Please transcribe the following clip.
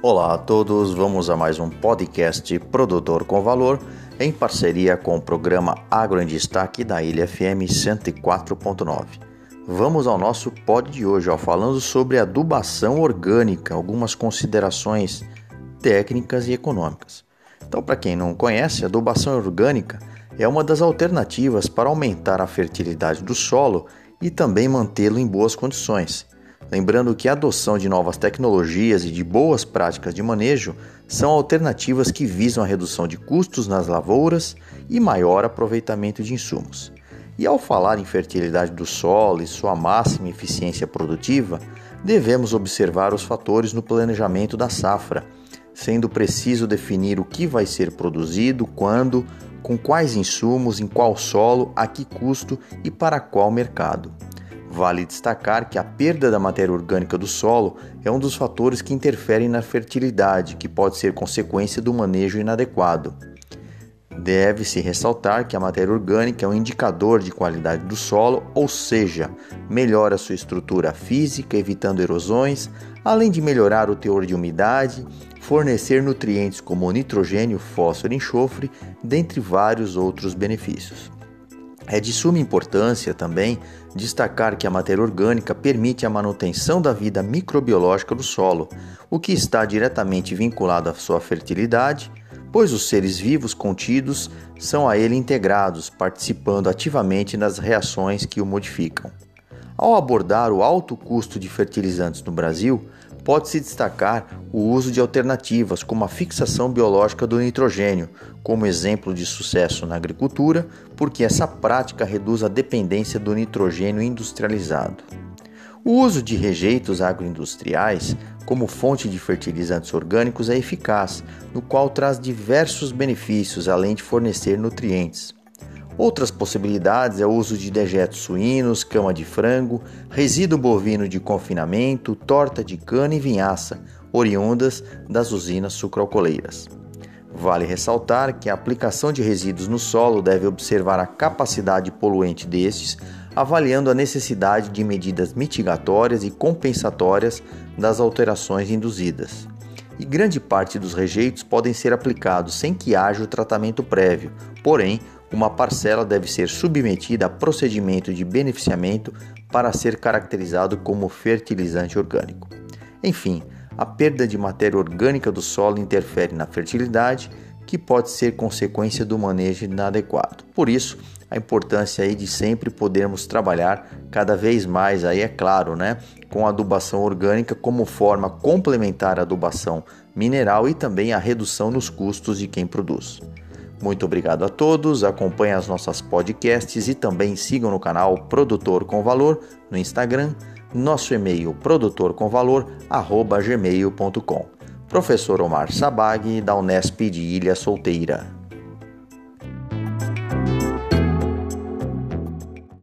Olá a todos, vamos a mais um podcast Produtor com Valor, em parceria com o programa Agro em Destaque da Ilha FM 104.9. Vamos ao nosso pod de hoje, falando sobre adubação orgânica, algumas considerações técnicas e econômicas. Então, para quem não conhece, a adubação orgânica é uma das alternativas para aumentar a fertilidade do solo e também mantê-lo em boas condições. Lembrando que a adoção de novas tecnologias e de boas práticas de manejo são alternativas que visam a redução de custos nas lavouras e maior aproveitamento de insumos. E ao falar em fertilidade do solo e sua máxima eficiência produtiva, devemos observar os fatores no planejamento da safra, sendo preciso definir o que vai ser produzido, quando, com quais insumos, em qual solo, a que custo e para qual mercado. Vale destacar que a perda da matéria orgânica do solo é um dos fatores que interferem na fertilidade, que pode ser consequência do manejo inadequado. Deve-se ressaltar que a matéria orgânica é um indicador de qualidade do solo, ou seja, melhora sua estrutura física, evitando erosões, além de melhorar o teor de umidade, fornecer nutrientes como nitrogênio, fósforo e enxofre, dentre vários outros benefícios. É de suma importância também destacar que a matéria orgânica permite a manutenção da vida microbiológica do solo, o que está diretamente vinculado à sua fertilidade, pois os seres vivos contidos são a ele integrados, participando ativamente nas reações que o modificam. Ao abordar o alto custo de fertilizantes no Brasil, pode-se destacar o uso de alternativas como a fixação biológica do nitrogênio, como exemplo de sucesso na agricultura, porque essa prática reduz a dependência do nitrogênio industrializado. O uso de rejeitos agroindustriais como fonte de fertilizantes orgânicos é eficaz, no qual traz diversos benefícios, além de fornecer nutrientes. Outras possibilidades é o uso de dejetos suínos, cama de frango, resíduo bovino de confinamento, torta de cana e vinhaça, oriundas das usinas sucroalcooleiras. Vale ressaltar que a aplicação de resíduos no solo deve observar a capacidade poluente destes, avaliando a necessidade de medidas mitigatórias e compensatórias das alterações induzidas. E grande parte dos rejeitos podem ser aplicados sem que haja o tratamento prévio, porém, uma parcela deve ser submetida a procedimento de beneficiamento para ser caracterizado como fertilizante orgânico. Enfim, a perda de matéria orgânica do solo interfere na fertilidade, que pode ser consequência do manejo inadequado. Por isso, a importância de sempre podermos trabalhar cada vez mais, é claro, com a adubação orgânica como forma complementar à adubação mineral e também a redução nos custos de quem produz. Muito obrigado a todos, acompanhem as nossas podcasts e também sigam no canal Produtor com Valor no Instagram, nosso e-mail produtorcomvalor@gmail.com. Professor Omar Sabag, da Unesp de Ilha Solteira.